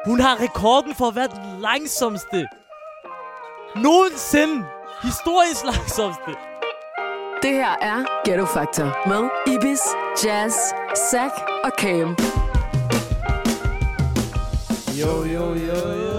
Hun har rekorden for at være den langsomste. Nogensinde. Historiens langsomste. Det her er Ghetto Factor med Ibis, Jazz, Zach og Cam. Yo, yo, yo, yo.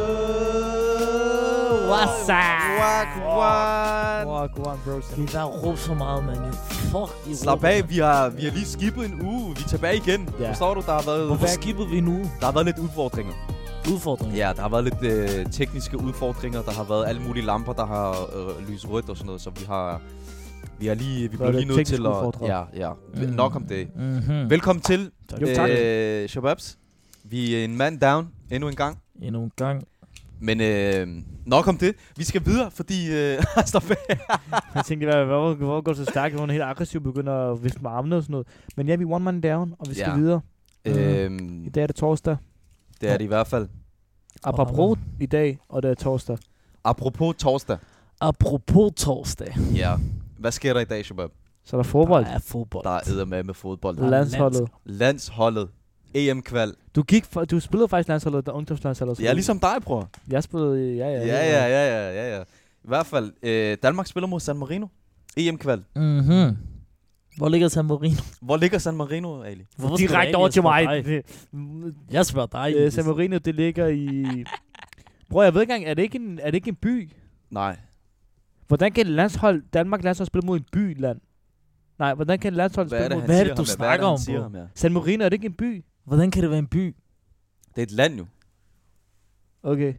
What's up? Wagwan, bro. Vi er råbt så meget, man. Fuck, I Slap af, vi har lige skippet en uge. Vi er tilbage igen. Ja. Forstår du, der har været... Hvorfor skippede vi nu? Der har været lidt udfordringer. Udfordring. Ja, der har været lidt tekniske udfordringer. Der har været alle mulige lamper, der har lyst rødt og sådan noget. Så vi blev lige nødt til at... Ja. Nok om det. Mm-hmm. Velkommen til, Jo, tak. Shababs. Vi er en man down endnu en gang. Endnu en gang. Men nok om det. Vi skal videre, fordi... Stop af. Jeg tænkte, hvor går det så stærkt? Hun er helt aggressiv, begynder at vifte med armene og sådan noget. Men ja, vi er one man down, og vi skal videre. I dag er det torsdag. Det er det i hvert fald. Apropos i dag, og det er torsdag. Apropos torsdag. Apropos torsdag. Ja. Hvad sker der i dag, Shabab? Så er der fodbold. Der er fodbold. Der er eddermame fodbold. Landsholdet. Landsholdet. EM-kval. Du spillede faktisk landsholdet, der ungdomslandsholdet. Ja, ligesom dig, bror. Jeg spillede, Ja. I hvert fald, Danmark spiller mod San Marino. EM-kval. Mhm. Hvor ligger San Marino? Hvor ligger San Marino, Ali? Direkte over til mig. Jeg spørger dig. San Marino, det ligger i... Bror, jeg ved ikke engang, er det ikke en by? Nej. Hvordan kan Danmark landshold spille mod en by-land? Nej, hvordan kan landshold spille mod... Hvad er det, du snakker om, bro? San Marino, er det ikke en by? Hvordan kan det være en by? Det er et land jo. Okay.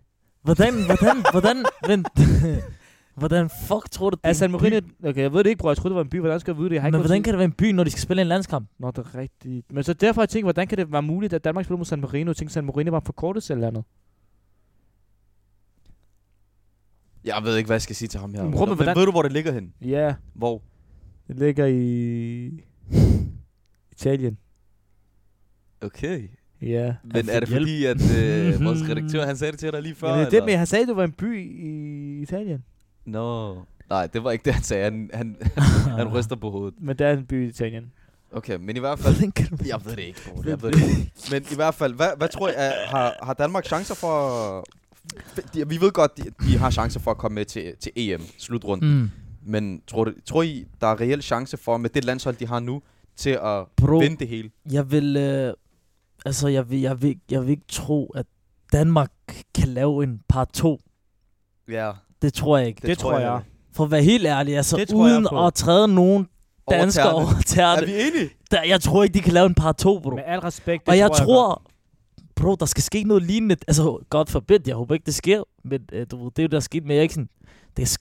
Hvordan fuck tror du, det er San Marino... Okay, jeg ved det ikke, bror. Jeg troede, det var en by. Hvordan skal jeg vide det? Men hvordan kan det være en by, når de skal spille en landskamp? Nå, det er rigtigt. Men så derfor har jeg tænkt, hvordan kan det være muligt, at Danmark spiller mod San Marino? Jeg tænkte, San Marino var forkortet eller andet. Jeg ved ikke, hvad jeg skal sige til ham her. Men hvordan... Ved du, hvor det ligger hen? Ja. Hvor? Det ligger i... Italien. Okay. Ja. Men er det fordi, at vores redaktør, han sagde det til dig lige før? Ja, det med, han sagde, at det var en by i Italien. Nå. Nej, det var ikke det, han sagde. Han ryster på hovedet. Men det er en by i Italien. Okay, men i hvert fald... Jeg ved det ikke, bro. Jeg ved det ikke. Men i hvert fald, hvad tror jeg, har Danmark chancer for... Vi ved godt, de har chancer for at komme med til EM-slutrunden. Mm. Men tror I, der er reelle chance for, med det landshold, de har nu, til at vinde det hele? Jeg vil... Jeg vil ikke tro, at Danmark kan lave en par 2. Ja. Det tror jeg ikke. Det tror jeg. For at være helt ærlig, altså uden at træde nogen danskere over tæerne. Er vi enige? Jeg tror ikke, de kan lave en par 2, bro. Med al respekt, og jeg tror bro, der skal ske noget lignende. Altså, godt forbindt, jeg håber ikke, det sker. Men du ved, det er jo, der er sket med Eriksen. Det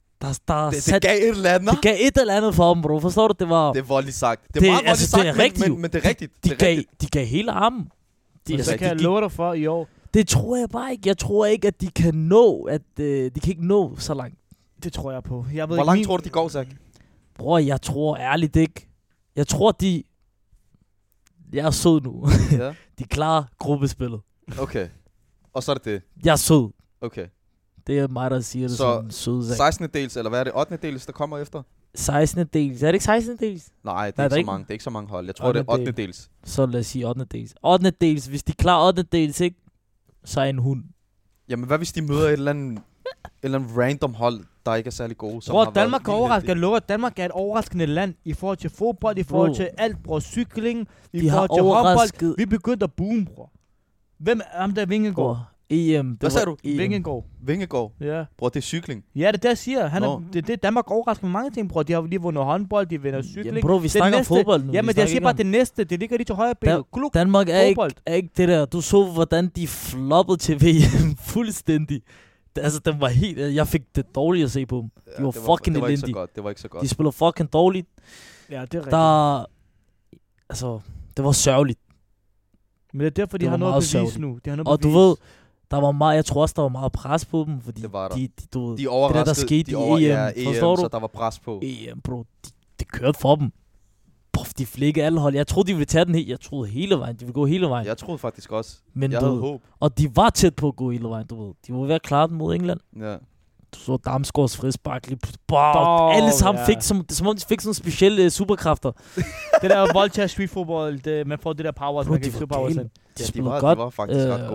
gav et eller andet. Det gav et eller andet for dem, bro. Forstår du? Det er voldeligt sagt. Det er meget voldeligt sagt, men det er rigtigt. De gav hele armen. Så kan jeg love dig for i år. Det tror jeg bare ikke. Jeg tror ikke, at de kan nå, de kan ikke nå så langt. Det tror jeg på. Hvor langt tror du, de går, Zach? Bror, jeg tror ærligt ikke. Jeg tror, jeg er sød nu. Ja. De klarer gruppespillet. Okay. Og så er det. Jeg er sød. Okay. Det er mig, der siger det som sød. 16. dels, eller hvad er det? 8. dels, der kommer efter? 16. dels. Er det ikke 16. dels? Nej, det er ikke så mange. Det er ikke så mange hold. Jeg tror, det er 8. dels. Så lad os sige 8. dels. 8. dels. Hvis de klarer 8. dels, ikke? Så er en hund. Jamen, hvad hvis de møder et eller andet random hold, der ikke er særlig gode? Bror, Danmark kan overraske. Jeg lover, at Danmark er et overraskende land i forhold til fodbold, i forhold til alt, bror. Cykling, i forhold til håndbold. Vi begyndte at boom, bror. Hvem er ham der Vingegaard? EM. Hvad sagde du? Vingegaard. Ja. Bror, det er cykling. Ja, det er det, jeg siger. Det Danmark overrasker med mange ting, bror. De har lige vundet håndbold, de vinder cykling. Jamen, bro, vi snakker om fodbold nu. Jamen, jeg siger bare det næste. Det ligger lige til højre ben. Danmark er ikke det der. Du så, hvordan de floppede til VM fuldstændig. Altså, den var helt... Jeg fik det dårligt at se på dem. De var fucking elendige. Det var ikke så godt. De spiller fucking dårligt. Ja, det er rigtigt. Altså, det var sørgeligt. Men det er derfor, de har noget at bevise nu. Og du ved... Der var meget, jeg tror også, der var meget pres på dem, fordi det var der. de overraskede, det der skete i EM, forstår du? Så der var pres på. EM, bro, det kørte for dem. Puff, de flækkede alle hold. Jeg troede, de ville tage den helt. Jeg troede hele vejen, de ville gå hele vejen. Jeg troede faktisk også. Men jeg havde håb. Og de var tæt på at gå hele vejen, du ved. De var ved at klare den mod England. Ja. Du så Damsgaards frispark lige alle sammen fik, som om de fik sådan specielle superkræfter. Det der Volta street football, man får det der power, man kan ikke power. De var faktisk ret gode.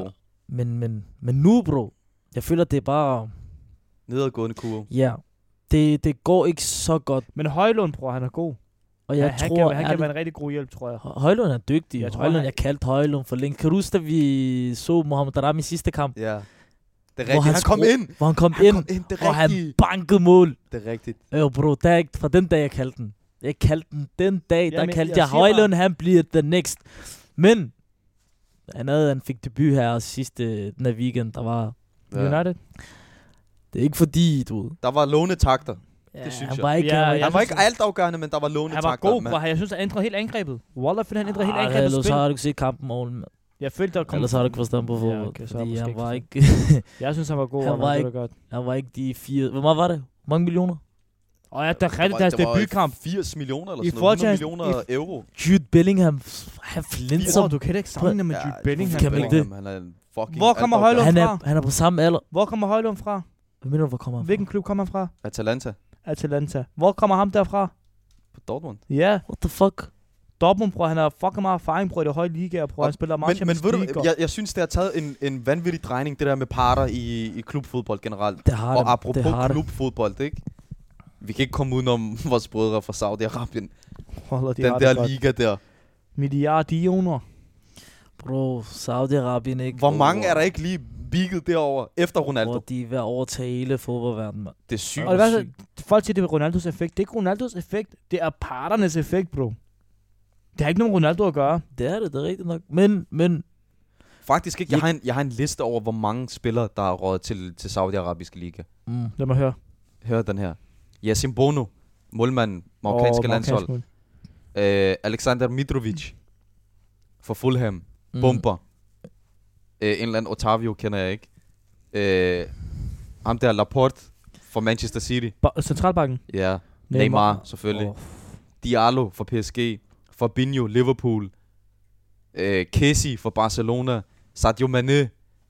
Men nu, bro, jeg føler, det er bare... Nedadgående kurve. Ja, det går ikke så godt. Men Højlund, bror, han er god. Og jeg tror, han kan være en rigtig god hjælp, tror jeg. Højlund er dygtig. Jeg kaldte Højlund for længe. Kan du huske, da vi så Mohamed Darami i sidste kamp? Ja. Det er rigtigt. Han kom ind. Hvor han kom ind, og han bankede mål. Det er rigtigt. Bro, fra den dag, jeg kaldte den. Jeg kaldte den dag, der kaldte jeg Højlund, han bliver the next. Men han fik debut her sidste den her weekend, der var United. Det er ikke fordi, du... Der var lånetakter. Ja, det synes han jeg. var ikke, han var ikke altafgørende, men der var lånetakter. Han var god, bror. Jeg synes, han ændrede helt angrebet. Wallah, fordi han ændrede helt angrebet ellers har du ikke set kampen ordentligt. Jeg følte, der kom... Ellers har du ikke forstand på fodbold. Ja, okay, fordi han var ikke... jeg synes, han var god. Han var ikke de 4... Hvor meget var det? Hvor mange millioner? Ja, der er deres debutkamp. 80 millioner eller sådan noget. 100 millioner euro. Jude Bellingham, han flinser. Du kan ikke sammenligne med Jude Bellingham. Kan man ikke det? Han er en fucking... Hvor kommer Højlund fra? Han er på samme alder. Hvor kommer Højlund fra? Hvad mener du, hvor kommer han fra? Hvilken klub kommer han fra? Atalanta. Hvor kommer ham derfra? På Dortmund. Ja. Yeah. What the fuck? Dortmund, bror. Han har fucking meget erfaring, bror, i det høje ligaer, bror. Han spiller meget Champions League. Men ved du, jeg synes, det har taget en vanvittig drejning, det der med parter i klubfodbold generelt. Det har og apropos klubfodbold, ikke? Vi kan ikke komme udenom vores brødre fra Saudi-Arabien. Den der liga der. Milliarder. Bro, Saudi-Arabien ikke. Hvor mange er der ikke lige bigget derover efter Ronaldo? Bro, de er ved at overtage hele fodboldverdenen, mand. Det er sygt. Og folk siger, det er Ronaldos effekt. Det er ikke Ronaldos effekt. Det er parternes effekt, bro. Det har ikke noget med Ronaldo at gøre. Det er rigtigt nok. Men... Faktisk ikke. Jeg har en liste over, hvor mange spillere, der er råd til Saudi-Arabiske liga. Lad mig høre. Hør den her. Yasin Bono, målmanden, marokkanske landshold. Alexander Mitrovic for Fulham. Bomber. En eller anden Otavio kender jeg ikke. Ham der Laporte for Manchester City. Centralbanken? Ja. Neymar selvfølgelig. Diallo for PSG. Fabinho, Liverpool. Kessie for Barcelona. Sadio Mane.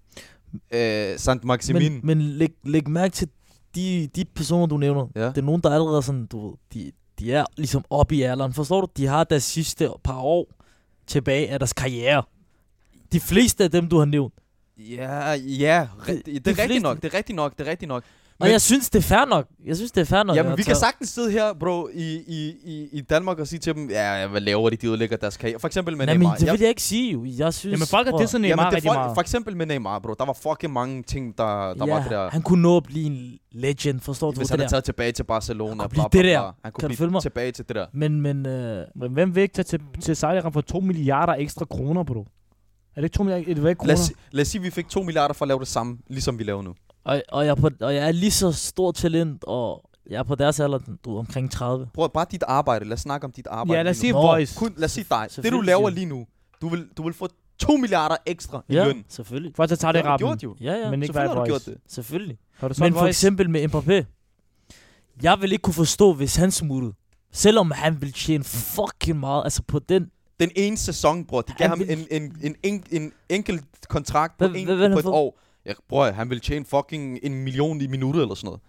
Sant Maximin. Men læg mærke til de personer, du nævner. Ja. Det er nogen, der allerede sådan, de er ligesom oppe i alderen. Forstår du? De har deres sidste par år tilbage af deres karriere. De fleste af dem, du har nævnt. Ja. Det er rigtigt nok. Men, og jeg synes, det er fair nok. Jamen, vi kan sagtens sidde her, bro, i Danmark og sige til dem, ja, hvad laver de ødelægger deres karriere? For eksempel med Neymar. Men det vil jeg ikke sige, jo. Jeg synes... Jamen, folk har det sådan Neymar rigtig meget. For eksempel med Neymar, bro. Der var fucking mange ting, der var det der... han kunne nå at blive en legend, forstår du? Hvis han havde taget tilbage til Barcelona. Han kunne blive det der. Han kunne blive tilbage til det der. Men hvem vil ikke tage til Saudi-Arabien for 2 milliarder ekstra kroner, bro? Er det ikke 2 milliarder kroner? Lad os sige, at vi fik 2 milliarder for at lave det samme, ligesom vi laver nu. Og jeg er lige så stor talent, og jeg er på deres alder, du er omkring 30. Prøv bare dit arbejde. Lad os snakke om dit arbejde. Ja, lad os sige voice. Lad os sige dig. Det du laver lige nu, du vil få 2 milliarder ekstra i løn. Selvfølgelig. For at tage det rappen. Ja. Men ikke bare voice. Selvfølgelig. Men for eksempel med Mbappé. Jeg vil ikke kunne forstå, hvis han smuttede. Selvom han vil tjene fucking meget, altså på den ene sæson, bror. De gav ham en enkelt kontrakt på et år. Han vil tjene fucking 1 million i minuttet eller sådan noget.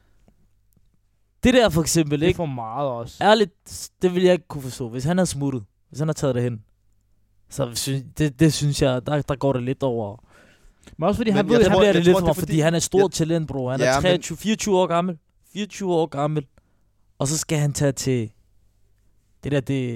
Det der for eksempel, ikke? Det er for meget også. Ærligt, det vil jeg ikke kunne forstå. Hvis han har smuttet, hvis han har taget det hen, så det synes jeg, der går det lidt over. Men også fordi han ved, han bliver det lidt for, fordi han er et stort talent, bro. Han er 24 år gammel. 24 år gammel. Og så skal han tage til... Det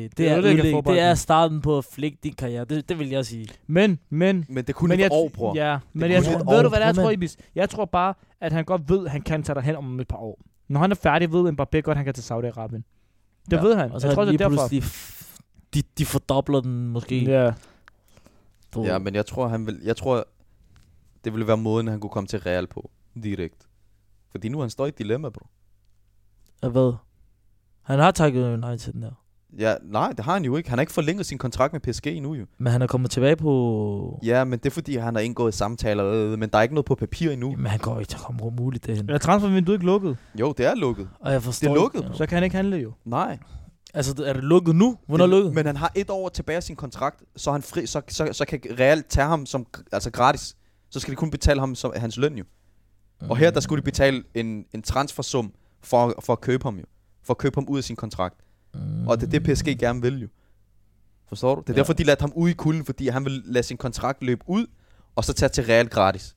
er starten på at flække din karriere. Det vil jeg sige. Men det kunne et år, bror. Ja, men ved du hvad det er, tror Ibis? Jeg tror bare, at han godt ved, at han kan tage derhen om et par år. Når han er færdig, ved Mbappé godt, at han kan til Saudi-Arabien. Det ved han. Og så jeg tror, det er derfor. De fordobler den måske. Ja. Ja, men jeg tror, det ville være måden, han kunne komme til Real på. Direkt. Fordi nu han står i et dilemma, bro. Hvad? Han har takket nej til den der. Ja, nej, det har han jo ikke. Han har ikke forlænget sin kontrakt med PSG endnu jo. Men han er kommet tilbage på... Ja, men det er fordi, han har indgået samtaler, men der er ikke noget på papir endnu. Men han går ikke til at komme muligt derhen. Er transfervinduet ikke lukket? Jo, det er lukket. Og jeg forstår det er lukket. Så kan han ikke handle jo. Nej. Altså, er det lukket nu? Hvornår er det lukket? Men han har 1 år tilbage af sin kontrakt, så han fri, så kan Real tage ham som gratis. Så skal de kun betale ham som hans løn jo. Og her der skulle de betale en transfersum for at købe ham jo. For at købe ham ud af sin kontrakt. Og det er det PSG gerne vil jo. Forstår du? Det er derfor de lader ham ud i kulden, fordi han vil lade sin kontrakt løbe ud og så tage til Real gratis.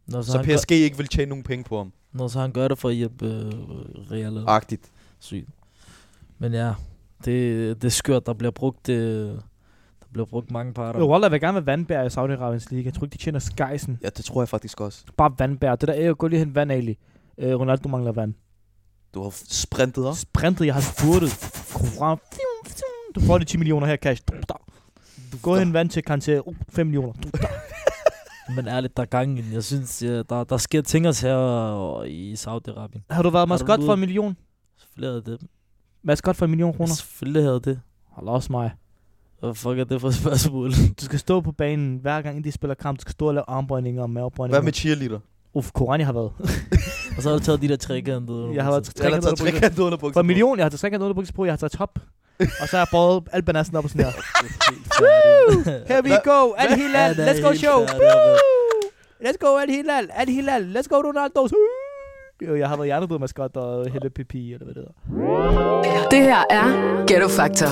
Så PSG ikke vil tjene nogen penge på ham. Så han gør det for at hjælpe Real. Agtigt. Sygt. Men ja, det er skørt, der bliver brugt mange parter. Wallah vil gerne være Vandberg i Saudi-Arabiens liga. Jeg tror ikke, de tjener skejsen. Ja, det tror jeg faktisk også. Bare Vandberg. Det der er jo gå lige hen vand, Ali. Ronaldo mangler vand. Du har sprintet op? Sprintet, jeg har spurtet. Du får de 10 millioner her cash. Gå hen vand til Kanté. 5 millioner. Men ærligt, der er gangen. Jeg synes, der sker ting os her i Saudi-Arabien. Har du været maskot for 1 million? Selvfølgelig havde det. Maskot for 1 million kroner? Selvfølgelig havde det. Hold også mig. Hvad fuck er det for spørgsmål? Du skal stå på banen, hver gang de spiller kamp. Du skal stå og lave armbøjninger og mavebøjninger. Hvad med cheerleader? Korani har været. Og så har du taget de der trekantede. Jeg har været trekantede underbukser. For 1 million, jeg har taget trekantede underbukser på. Jeg har taget top. Og så har jeg båret alt banassen op og sådan her. Here we go, Al Hilal, let's go show. Let's go Al Hilal, let's go Ronaldo. Jeg har været hjernedød maskot og Helle Pipi, eller hvad det hedder. Det her er Ghetto Factor.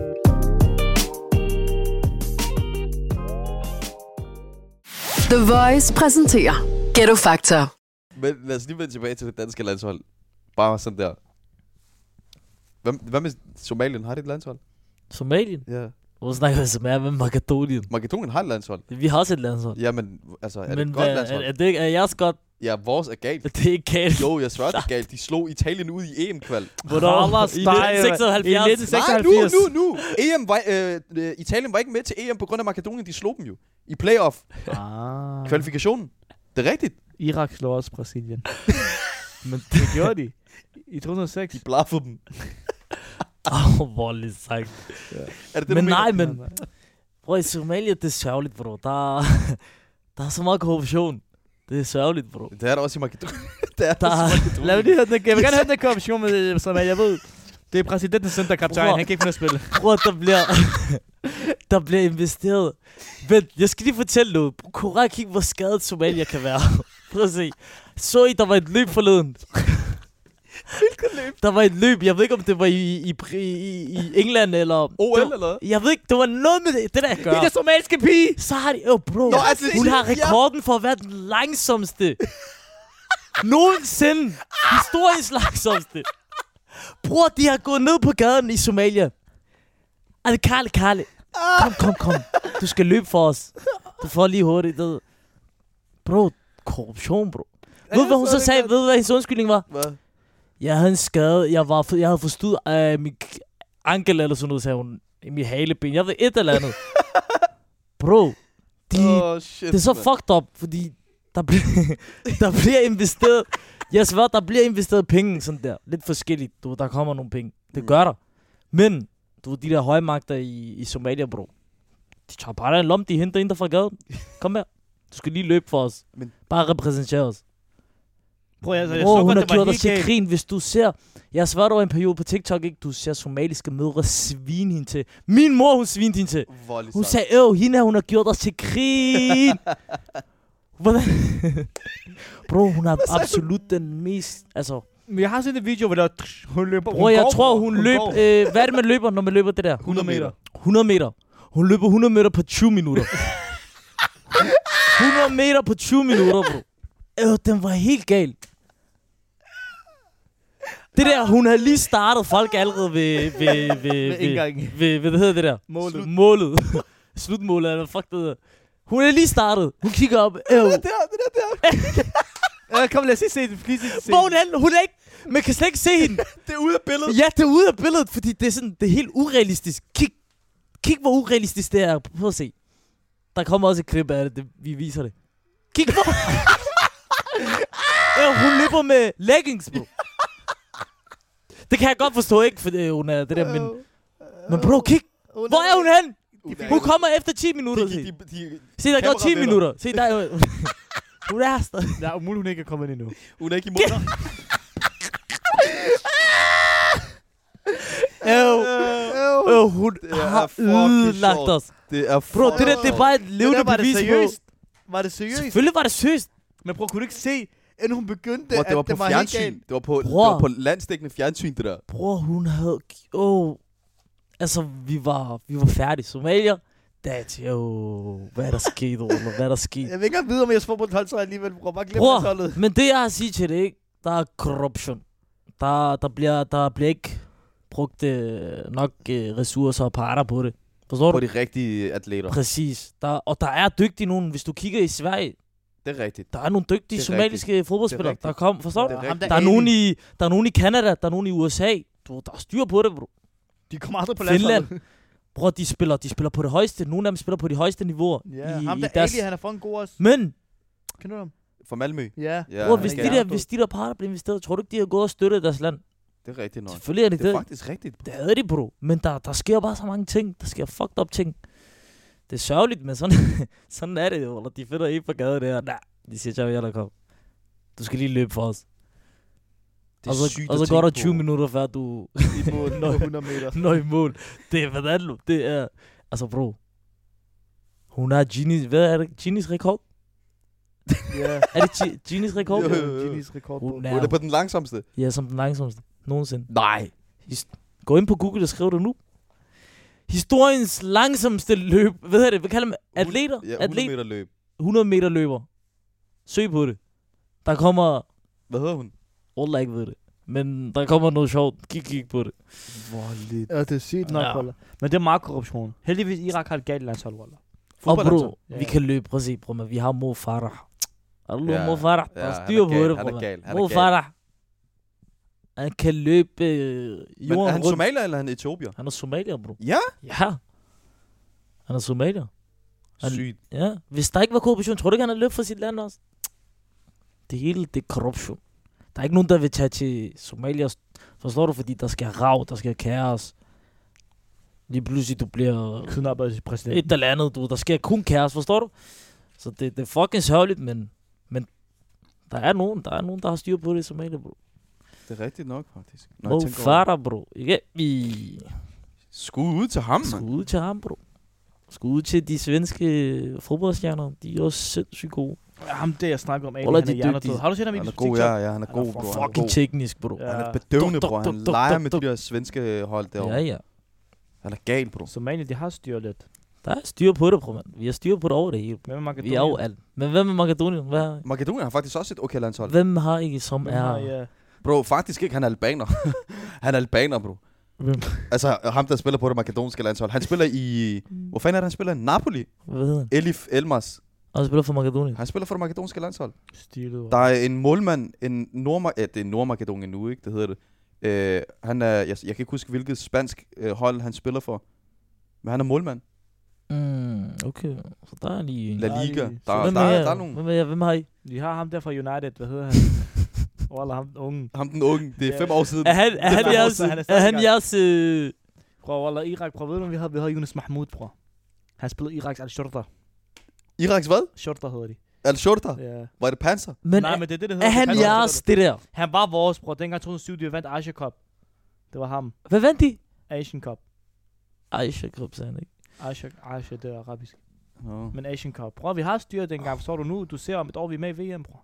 The Voice præsenterer Ghetto Factor. Men lad os lige vende tilbage til det danske landshold. Bare sådan der. Hvad med Somalien? Har de et landshold? Somalien? Ja. Hvor snakker vi så med Makedonien? Makedonien har et landshold. Vi har også et landshold. Ja, men altså, er det et godt landshold? Er jeres godt? Ja, vores er galt. Det er ikke galt. Jo, jeg sværger, det er galt. De slog Italien ud i EM-kval. Hvornår? I 1976. Nej, nu. Italien var ikke med til EM på grund af Makedonien. De slog dem jo. I playoff. Kvalifikationen. Det er rigtigt. Irak slår også Brasilien. Men det gjorde de. I 2006. De blaffede dem. Voldeligt sagt. Ja. Er det det, men nej, men... Bro, i Somalia, det er sørgeligt, bro. Der er så meget korruption. Det er sørgeligt, bro. Det er der også i Makedonien. Lad mig lige høre den. Jeg vil gerne høre den korruption med Somalia. Jeg ved, det er præsidentens centerkaptajn. Han kan ikke finde at spille. Bro, der bliver investeret. Men jeg skal lige fortælle noget. Korrekt, kig, hvor skadet Somalia kan være. Prøv at se. Så I, der var et løb forleden. Hvilket løb? Der var et løb, jeg ved ikke om det var i England eller... OL eller? Jeg ved ikke, det var noget med det der at gøre. I det somaliske pige! Så har de... bro, hun har rekorden for at være den langsomste. Nogensinde. Historisk langsomste. Bror, de har gået ned på gaden i Somalia. Karle. Kom. Du skal løbe for os. Du får lige hurtigt det. Bro, korruption, bro. Ved du, hvad hun så sagde? Ved du, hvad hendes undskyldning var? Hvad? Jeg havde en skade. Jeg havde forstået af min ankel eller sådan noget, sagde hun. I min haleben. Jeg ved et eller andet. Bro, det er så fucked up, fordi der bliver investeret. Jeg svær, der bliver investeret penge sådan der. Lidt forskelligt. Der kommer nogle penge. Det gør der. Men, de der højmagter i Somalia, bro. De tager bare en lom, de henter ind der fra gaden. Kom her. Du skal lige løbe for os. Bare repræsentere os. Prøv, jeg hun har gjort dig til grin, hvis du ser... Jeg svær, der var en periode på TikTok, ikke? Du ser somaliske mødre svine hende til. Min mor, hun svinede hende til. Hun sagde, hende her, hun har gjort os til grin. Hvordan? Bro, hun er absolut den mest... Altså... Men jeg har set en video, hvor hun løber... Bro, jeg tror, hun løb... hvad er det, man løber, når man løber det der? 100 meter. 100 meter. Hun løber 100 meter på 20 minutter. 100 meter på 20 minutter, bro. Den var helt gal. Det der, hun havde lige startet folk allerede ved hvad hedder det der? Målet. Slutmålet, eller fuck det der. Hun er lige startet. Hun kigger op. Det der. Kom, lad os se den. Hun er ikke... Man kan slet ikke se hende. Det er ude af billedet. Ja, det er ude af billedet, fordi det er sådan, det er helt urealistisk. Kig, hvor urealistisk det er. Prøv at se. Der kommer også et klip af det. Vi viser det. Kig hvor... hun løber med leggings, bro. Det kan jeg godt forstå, ikke? For hun er det der, men bro, kig. Hvor er hun hen? Hun kommer efter 10 minutter. Se, der går 10 minutter. Se, der er hun er stadig. Det er umuligt, hun ikke er kommet ind endnu. Hun er ikke i mål. Hun har ødelagt os. Det er bro, det er bare et levende bevis på. Var det seriøst? Selvfølgelig var det seriøst. Men bror, kunne du ikke se, inden hun begyndte, det var på fjernsyn. Det var på landsdækkende fjernsyn, det der. Bror, hun havde... Altså, vi var færdige. Somalier, Hvad er der sket, Roland? Hvad er der sket? Jeg vil ikke vide, om jeg får på et hold, så alligevel. Bror, men det jeg har at sige til det, ikke? Der er korruption. Der bliver ikke brugt nok ressourcer og parter på det. Forstår på du? De rigtige atleter. Præcis. Og der er dygtige nogen. Hvis du kigger i Sverige, det er rigtigt. Der er nogle dygtige somaliske fodboldspillere, der kom. Forstår du? Der er nogen i Canada, der er nogen i USA. Der er styr på det, bro. De kommer aldrig på landsholdet. Finland. Bror, de spiller på det højeste. Nogle af dem spiller på de højeste niveauer. Ja, ham der Ali, han er for en god også. Men kender du ham? Fra Malmø. Ja. Bror, hvis de der parter blev investeret, tror du ikke, de har gået og støttet deres land? Det er rigtigt nok. Selvfølgelig er det. Det er faktisk rigtigt, bro. Det er det, bro. Men der sker bare så mange ting. Der sker fucked up ting. Det er sørgeligt, men sådan er det jo. Eller de finder en på gaden der. Nej, de siger, jeg kom. Du skal lige løbe for os. Og så går der 20 minutter før du i mål, 100 meter. Når i mål. Det er hvordan det er. Altså bro. Hun har hvad er det? Ginis rekord? Ja. Er det Ginis rekord? Jo. Ginis rekord. Hun er på den langsomste. Ja, som den langsomste nogensinde. Nej. Gå ind på Google og skriv det nu. Historiens langsomste løb. Hvad kalder man? Atleter? Ja, 100 meter løb. 100 meter løber. Søg på det. Der kommer... Hvad hedder hun? Roller ikke ved det. Men der kommer noget sjovt. Kig på det. Voldeligt. Ja, det er sygt nok, Roller. Men det er meget korruption. Heldigvis Irak har et galt landshold, Roller. Og bro, vi kan løbe. Prøv at se, bro, men vi har Mo Farah. Har du Mo Farah? Der er styr på det, bro. Mo Farah. Han kan løbe jorden. Men er han somalier eller er han etiopier? Han er somalier, bro. Ja? Ja. Han er somalier. Sygt. Ja. Hvis der ikke var korruption, tror du ikke, han har løbet for sit land også? Det hele, det er korruption. Der er ikke nogen, der vil tage til Somalia. Forstår du? Fordi der skal rav, der skal kaos. Lige pludselig, du bliver... kidnappet til præsident. Et eller andet, der sker kun kaos, forstår du? Så det er fucking sørgeligt, men der er nogen, der har styr på det i Somalia, bro. Det er rigtigt nok, faktisk. Mo Farah, bro. Ikke? Skud ud til ham, Skud ud til ham, bro. Skud ud til de svenske fodboldstjerner. De er også sindssygt gode. Ja, ham det, jeg snakker om, han er hjernedød. Har du set ham i TikTok? Ja, han er god, bro. Han er fucking teknisk, bro. Ja. Han er bedøvende, bro. Han leger med de der svenske hold derovre. Ja. Han er gal, bro. Somalia, de har styr lidt. Der er styr på det, bro, man. Vi har styr på det over det hele. Hvem er Makedonien? Vi er jo alt. Men hvem er Makedonien? Makedonien har faktisk også et okay landshold. Hvem har I, som er... Bro, faktisk ikke. Han er albaner. Han er albaner, bro. Hvem? Altså, ham der spiller på det makedonske landshold. Han spiller i... Hvor fanden er det, han spiller? Napoli. Hvad hedder han? Elif Elmas. Og han spiller for Makedonien? Han spiller for det makedonske landshold. Stilet. Der er en målmand, det er Nordmakedonien nu, ikke? Det hedder det. Han er... Jeg kan ikke huske, hvilket spansk hold han spiller for. Men han er målmand. Okay. Så der er lige... La Liga. Der er nogen. Hvem har I? Vi har ham der fra United. Hvad hedder han? Eller ham den unge. Ham den unge. Det er 5 år siden. Er han jeres... Bror, Wallah, Irak, bror, ved du, vi havde Yunus Mahmoud, bror. Han spillede Iraks Al-Shorta. Iraks hvad? Shorta hedder de. Al-Shorta? Ja. Var det panser? Men nej, men det er det, der hedder. Er han jeres, det der? Han var vores, bror. Dengang 2007, de vandt Asia Cup. Det var ham. Hvad vandt de? Asian Cup. Asia Cup, sagde han ikke. Asia, det er arabisk. Oh. Men Asian Cup. Bror, vi har styr dengang. Så du nu, du ser om et år, vi er med i VM, bror.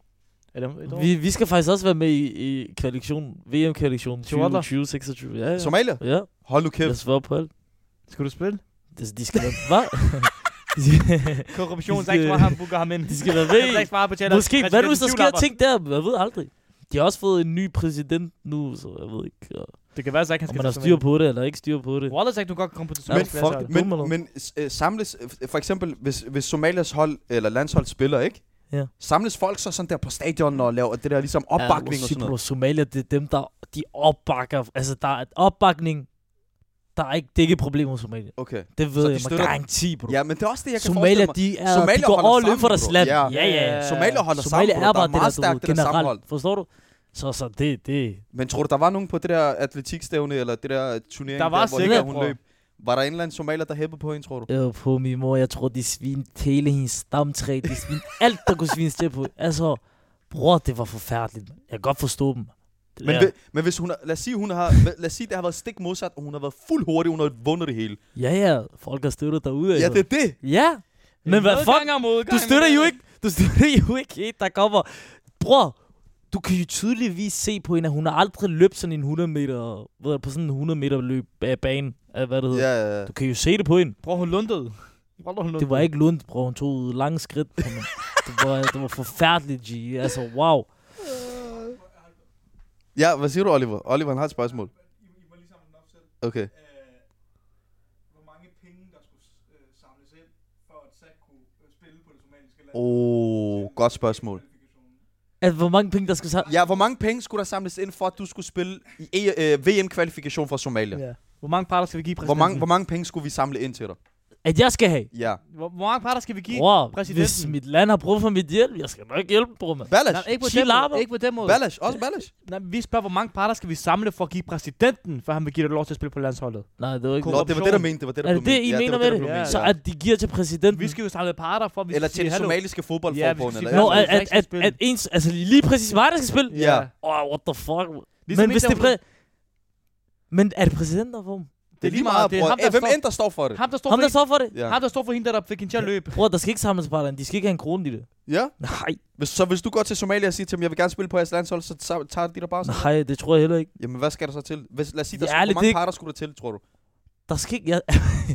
Vi skal faktisk også være med i kvalifikation, VM-kvalifikation 2026. Ja. Somalia? Ja. Hold nu kæft. Jeg svarer på alt. Skal du spille? De skal være... Hvad? Korruption, så ikke tror han booker ham ind. De skal være med. Måske, hvad nu, så sker ting der? Jeg ved aldrig. De har også fået en ny præsident nu, så jeg ved ikke. Det kan være, så ikke han skal... man har styr på det, eller ikke styr på det. Wallace sagde, du godt kan komme på det somaliske men samles... For eksempel, hvis Somalias hold, eller landshold spiller, ikke? Ja. Samles folk så sådan der på stadion og laver det der ligesom opbakning og sådan noget. Somalia, det er dem, de opbakker. Altså, der er et opbakning. Der er ikke et problem hos Somalia. Okay. Det ved jeg med garanti, bro. Ja, men det er også det, jeg kan Somalia, forestille mig. de går over løb for deres land. Ja. Somalia holder Somalia sammen, bro. Der er meget stærkt, det der sammenhold. Forstår du? Så det... Men tror du, der var nogen på det der atletikstævne, eller det der turnering, der var sikkert, hvor hun løb? Var der en eller anden somalier, der hæppede på hende, tror du? Jo, på min mor. Jeg tror, de svinede hele hendes stamtræ. De svinede alt, der kunne svines til på. Altså, bror, det var forfærdeligt. Jeg kan godt forstå dem. Men hvis hun lad os sige, det har været stik modsat, og hun har været fuld hurtig, hun har vundet det hele. Ja. Folk har støttet derude. Ja, det er det. Ja. Men hvad fuck? Du støtter jo ikke. Der kommer... Bror, du kan jo tydeligvis se på hende, at hun har aldrig løbet sådan en 100 meter, på sådan en 100 meter løb af banen. Hvad det hedder. Ja. Du kan jo se det på hende. Bror, hun lundede. Det var ikke lundt, bror. Hun tog lange skridt på mig. det var forfærdeligt, G. Altså, wow. Ja, hvad siger du, Oliver? Oliver, han har et spørgsmål. I må lige samle den op selv. Okay. Hvor mange penge, der skulle samles ind, for at Zach kunne spille på det somaliske land? Godt spørgsmål. Altså, hvor mange penge, der skal samles? Ja, hvor mange penge skulle der samles ind, for at du skulle spille i VM-kvalifikation for Somalia? Ja. Hvor mange parter skal vi give præsidenten? Hvor mange penge skulle vi samle ind til dig? At jeg skal have? Ja. Hvor mange parter skal vi give præsidenten? Hvis mit land har brug for mit hjælp, jeg skal nok hjælpe, bror, man. Balash. Ikke på den måde. Balash. Nej, vi spørger, hvor mange parter skal vi samle for at give præsidenten, for han vil give dig lov til at spille på landsholdet? Nej, det var ikke. Nå, det var det, der mente. Er det det, I mener med det? Ja. Så at de giver til præsidenten? Vi skal jo samle parter for, at vi eller skal til det sige, somaliske fodboldforbund. Ja, eller at ens, altså lige præcis mig, der skal spille? Ja. What the fuck? Ligesom Men hvis det men er det præsidenten, der får dem? Det er lige meget, bror. Hvem end der står for det? Ham, der står for det? Ja. Ham, der står for hende, der fik hende til at løbe. Bror, der skal ikke samles parterne. De skal ikke have en krone i det. Ja? Nej. Så hvis du går til Somalia og siger til dem, jeg vil gerne spille på jeres landshold, så tager de der bare sådan? Nej, det tror jeg heller ikke. Jamen, hvad skal der så til? Lad os sige, hvor mange parter skulle der til, tror du? Der skal ikke... Ja.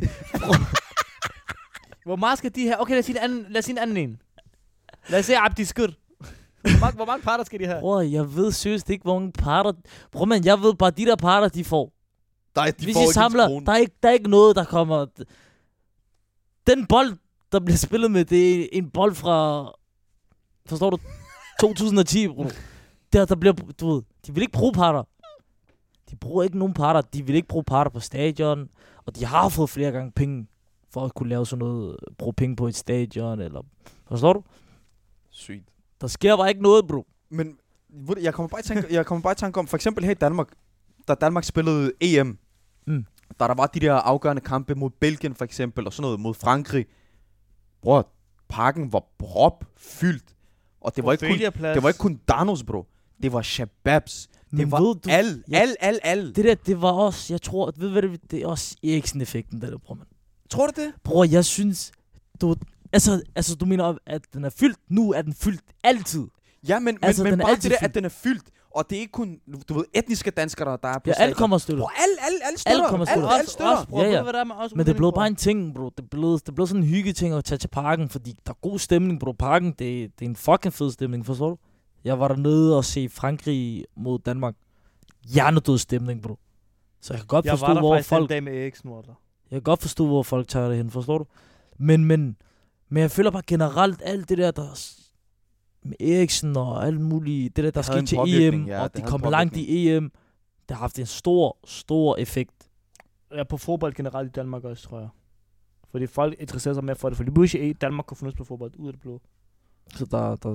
Hvor meget skal de have? Okay, lad os sige en anden en. Lad os se Abdi Skud. Hvor mange parter skal de have? Bror, jeg ved seriøst ikke, hvor mange parter... Bror, men jeg ved bare, de der parter, de får. Hvis I samler, der er ikke noget, der kommer... Den bold, der bliver spillet med, det er en bold fra... Forstår du? 2010, bro. Der bliver... Du ved, de vil ikke bruge parter. De bruger ikke nogen parter. De vil ikke bruge parter på stadion. Og de har fået flere gange penge for at kunne lave sådan noget. Bruge penge på et stadion, eller... Forstår du? Sygt. Der sker bare ikke noget, bro. Men jeg kommer bare i tanke om, for eksempel her i Danmark, da Danmark spillede EM, da der var de der afgørende kampe mod Belgien for eksempel, og sådan noget mod Frankrig. Bror, parken var propfyldt. Og det var ikke kun Danos, bro. Det var Shababs. Det var alle. Det der, det var også, jeg tror, ved hvad det er også Eriksen-effekten, der bror, man. Tror du det? Bror, jeg synes, altså du mener, at den er fyldt, nu er den fyldt altid. Ja, men bare det der, at den er fyldt, og det er ikke kun, du ved, etniske danskere, der er på stadion. Ja, alle kommer støtter. Alle støtter. Alle kommer støtter. Alle støtter. Ja. Men det er blevet bare en ting, bro. Det er blevet sådan en hyggeting at tage til parken, fordi der er god stemning, bro. Parken, det er en fucking fed stemning, forstår du? Jeg var dernede og se Frankrig mod Danmark. Hjernedød stemning, bro. Så jeg kan godt forstå, hvor folk... Jeg var der med Eriksen, jeg kan godt forstå, hvor folk tager det hen, forstår du? Men jeg føler bare generelt alt det der med Eriksen og alt muligt, det der skete til EM, og de kom langt i EM, det har haft en stor effekt. Ja, på fodbold generelt i Danmark også, tror jeg. Fordi folk interesserer sig mere for det, fordi pludselig Danmark kunne finde på fodbold ud af det blå. Så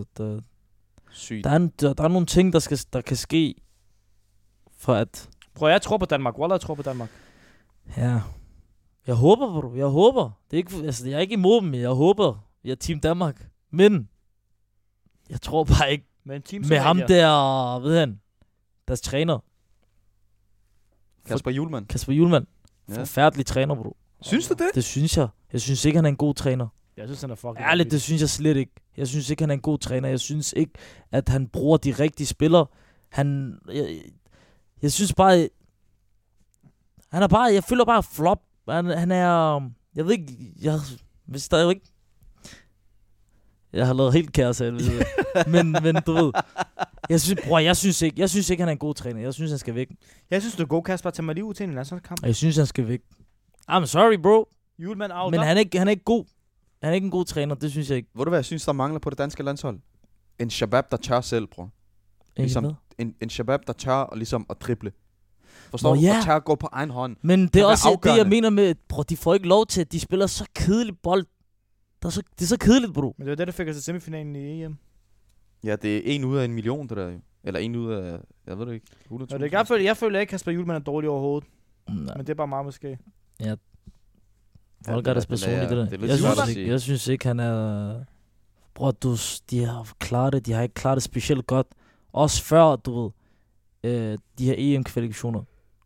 der er nogle ting, der kan ske, for at... Prøv, jeg tror på Danmark. Wallah, jeg tror på Danmark. Ja. Jeg håber, bro. Jeg håber. Det er ikke, altså, jeg er ikke imod dem. Jeg håber. Jeg er Team Danmark. Men jeg tror bare ikke med ham der, ved han, deres træner. Kasper Hjulmand. Forfærdelig træner, bro. Synes du det? Det synes jeg. Jeg synes ikke, han er en god træner. Jeg synes, han er fucking... Ærligt, det synes jeg slet ikke. Jeg synes ikke, han er en god træner. Jeg synes ikke, at han bruger de rigtige spillere. Jeg synes bare... Jeg føler bare flop. Han er... Jeg ved ikke... Hvis der er ikke... Jeg har lavet helt kaos af det. men du ved... Jeg synes ikke, han er en god træner. Jeg synes, han skal væk. Jeg synes, du er god, Kasper. Tag mig lige ud til en landsholdskamp. Jeg synes, han skal væk. I'm sorry, bro. Hjulmand out. Men han er ikke god. Han er ikke en god træner, det synes jeg ikke. Ved du hvad jeg synes, der mangler på det danske landshold? En Shabab, der tør selv, bror. Ligesom en Shabab, der tør ligesom at drible. Forstår du? Og tør at gå på egen hånd. Men det er også afgørende. Det, jeg mener med, bror, de får ikke lov til, at de spiller så kedelig bold. Det er så kedeligt, bro. Men det var det, der fik os til semifinalen i EM. Ja, det er 1 ud af 1 million, det der jo. Eller 1 ud af, jeg ved det ikke, 100.000. Jeg føler ikke, at Kasper Hjulmand er dårlig overhovedet. Nej. Men det er bare meget måske. Ja. Folk er deres personligt, det der. Jeg synes ikke, han er... Bror, de har klaret det. De har ikke klaret det specielt godt. Også før, du ved, de her EM-kvalifikationer.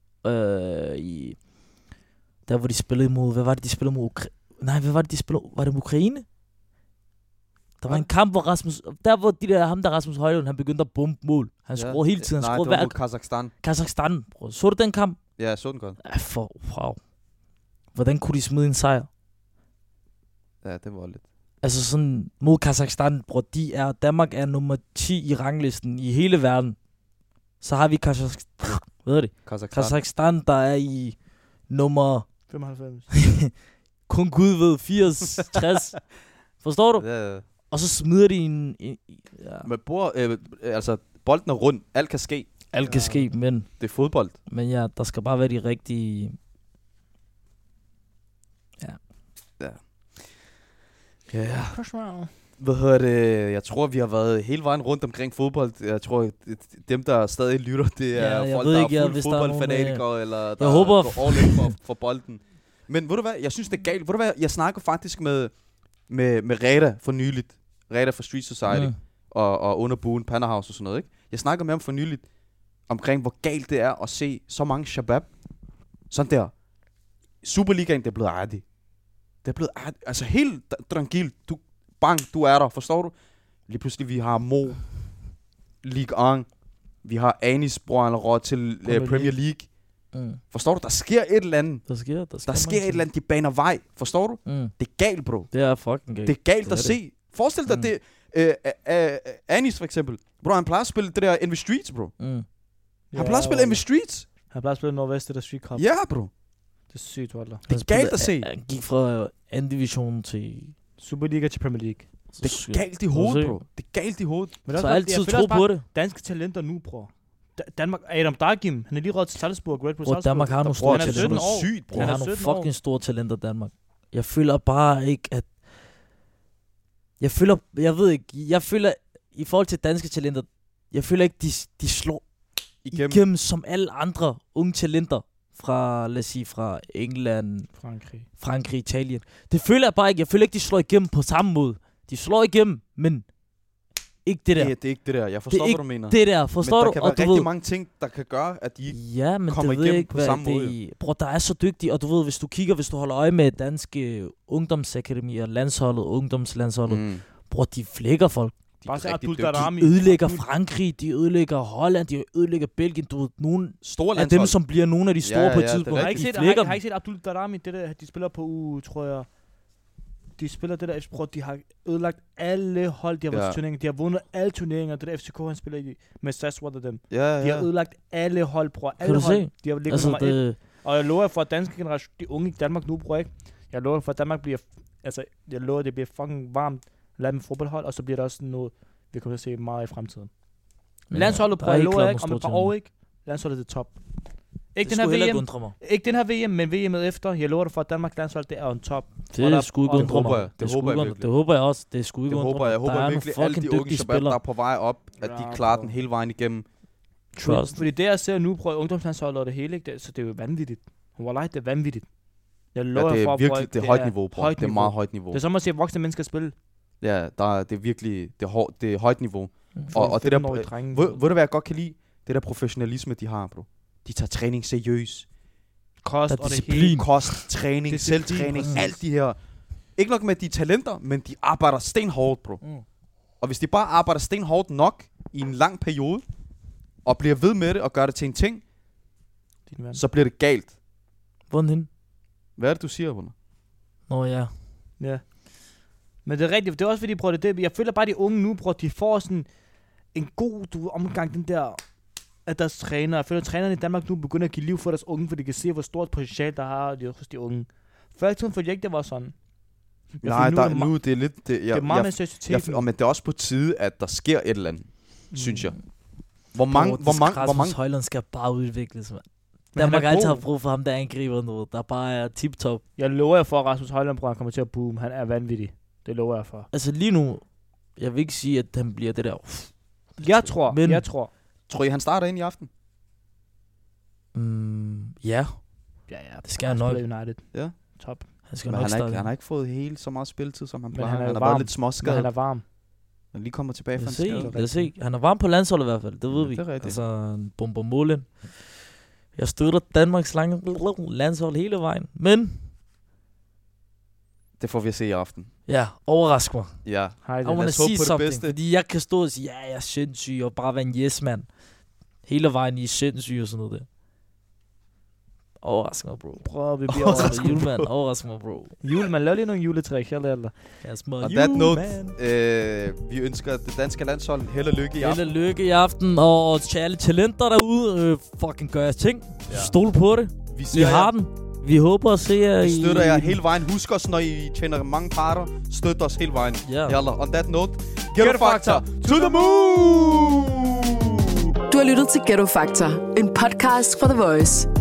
Der, hvor de spillede mod... Hvad var det, de spillede mod? Hvad var det, de spillede? Var det Ukraine? Der var en kamp, hvor ham der Rasmus Højlund, han begyndte at bombe mål. Han scorede hele tiden. Nej, det var mod Kazakhstan. Kazakhstan, bror. Så du den kamp? Ja, jeg så den godt. Wow. hvordan kunne de smide en sejr? Ja, det var lidt. Altså sådan mod Kazakhstan, bror, Danmark er nummer 10 i ranglisten i hele verden. Så har vi Kazakhstan, der er i nummer 95. kun Gud ved 80, 60. Forstår du? Ja. Og så smider de en ja. Men bror, altså bolden er rund, alt kan ske. Alt kan ske, men det er fodbold. Men ja, der skal bare være de rigtige. Ja. Hvad hedder det? Jeg tror, vi har været hele vejen rundt omkring fodbold. Jeg tror, dem, der stadig lytter, det er folk, der er fuld fodboldfanatikere, eller der går all in for bolden. Men ved du hvad? Jeg synes, det er galt. Ved du hvad? Jeg snakker faktisk med Reda for nyligt. Reda fra Street Society. Og under buen, Panderhouse og sådan noget, ikke? Jeg snakker med ham for nyligt omkring, hvor galt det er at se så mange shabab. Sådan der. Superligaen, det er blevet ærdig. Det er blevet ærdig. Altså helt tranquil. Du er der, forstår du? Lige pludselig, vi har Mo, Ligue 1. Vi har Anis, bror, eller råd til Premier League. Forstår du? Der sker et eller andet. Der sker et eller andet, de baner vej. Forstår du? Det er galt, bro. Det er fucking galt. Det er galt at se. Forestil dig det. Anis for eksempel. Bro, han plejer at spille det der Envy Streets, bro. Han plejer at spille Envy Streets. Han plejer at spille Nordvest, det der Street Cup. Ja, bro. Det er sygt, Walter. Det er galt at se. Han gik fra anden division til Superliga til Premier League. Det er galt i hovedet, bro. Det er galt i hovedet. Men så altid tro på det. Danske talenter nu, bror. Danmark, Adam Dargim, han er lige råd til Salzburg, Red Bull Salzburg. Danmark har nogle store talenter. Han er sygt, bror. Han har nogle fucking store talenter, Danmark. Jeg føler bare ikke, at... Jeg føler, i forhold til danske talenter, jeg føler ikke, de slår igennem som alle andre unge talenter fra, lad os sige, fra England, Frankrig, Italien. Det føler jeg bare ikke. Jeg føler ikke, de slår igennem på samme måde. De slår igennem, men ikke det der. Det er ikke det der. Jeg forstår, hvad du mener. Det der, forstår du? Men der kan være rigtig mange ting, der kan gøre, at de ikke kommer igennem ikke, på samme måde. Bror, der er så dygtige, og du ved, hvis du holder øje med danske ungdomsakademier, landsholdet, ungdomslandsholdet, bror, de flækker folk. De ødelægger Frankrig, de ødelægger Holland, de ødelægger Belgien. Du ved, nogle store af dem, som bliver nogle af de store på et tidspunkt. Har ikke set Abdul Darami, det der, de spiller på tror jeg. De spiller det der FC Pro, de har ødelagt alle hold, de har været til turneringer. De har vundet alle turneringer, det der FCK, han spiller i med Sassuat og dem. De har ødelagt alle hold, bror. Alle hold. De har ligget nummer 1. Og jeg lover for, at danske generation, de unge i Danmark nu, bror, ikke? Jeg lover for, at Danmark bliver, jeg lover, at det bliver fucking varmt. Lad med fodboldhold, og så bliver der også noget, vi kommer til at se meget i fremtiden. Men landsholdet prøver jeg lover ikke, om et par år ikke. Landsholdet er top. Ikke den her VM, men VM'et efter. Jeg lover dig for, at Danmarks landshold, det er on top. Det skulle ikke undre mig. Det håber jeg også. Det skulle ikke undre mig. Jeg håber virkelig, alle de unge spillere, der er på vej op, at de klarer den hele vejen igennem. Trust. Fordi det, jeg ser nu, prøver ungdomslandsholdet og det hele, ikke? Så det er jo vanvittigt. Wallah, det er vanvittigt. Jeg lover det er for, virkelig, det er højt niveau, bror. Det er meget højt niveau. Det er som at se voksne mennesker spille. Ja, det er virkelig, det er højt niveau. Og det der, ved du hvad jeg godt kan lide? Det der professionalisme, de har, bro. De tager træning seriøst. Kost og disciplin. Kost, træning, selvtræning, alt de her. Ikke nok med de talenter, men de arbejder stenhårdt, bro. Og hvis de bare arbejder stenhårdt nok i en lang periode, og bliver ved med det og gør det til en ting, så bliver det galt. Hvordan? Hvad er det, du siger, Wunder? Nå ja. Ja. Men det er rigtigt, det er også fordi, prøv det. Jeg føler bare, at de unge nu, prøv, de får sådan en god omgang, den der, at deres træner. Jeg føler, at trænerne i Danmark nu begynder at give liv for deres unge, for de kan se, hvor stort potentiale der har hos de unge. Før i tiden følte jeg ikke, det var sådan. Nej, nu det er lidt... Det er meget med seriøsiteten. Men det er også på tide, at der sker et eller andet, synes jeg. Hvor mange Højlund skal bare udvikles, mand. Danmark altid har brug for ham, der angriber noget, der bare er tip-top. Jeg lover jer for, at Rasmus Højlund, bror, han kommer til at boom. Han er vanvittig. Det lover jeg for. Altså lige nu, jeg vil ikke sige, at han bliver det der... Jeg tror. Tror I, han starter ind i aften? Ja. Ja, det skal han nok. United. Ja. Top. Han har ikke fået helt så meget spilletid, som han plejer. Han har været lidt småskadet. Han er varm. Han lige kommer tilbage fra en skade. Lad os se. Han er varm på landsholdet i hvert fald, det ved vi. Det er rigtigt. Altså, en bomber målen. Jeg støtter Danmarks landshold hele vejen, men... Det får vi at se i aften. Ja, overrask mig. Ja. I wanna see something, fordi jeg kan stå og sige, ja, jeg er sindssyg, og bare være en yes-mand. Hele vejen, I er sindssyg og sådan noget der. Overrask mig, bro. Prøv, vi bliver overrasket. Julemand, overrask mig, bro. Julemand, lav lige nogle juletræk, jeg lærer dig. On that note, vi ønsker det danske landshold held og lykke i aften. Held og lykke i aften, og til alle talenter derude, fucking gør jeres ting. Stol på det. Vi har den. Vi håber at se jer i... støtter jer hele vejen. Husk os, når I tjener mange parter. Støt os hele vejen. Yalla. On that note, Ghetto Factor to the moon! Du har lyttet til Ghetto Factor, en podcast for The Voice.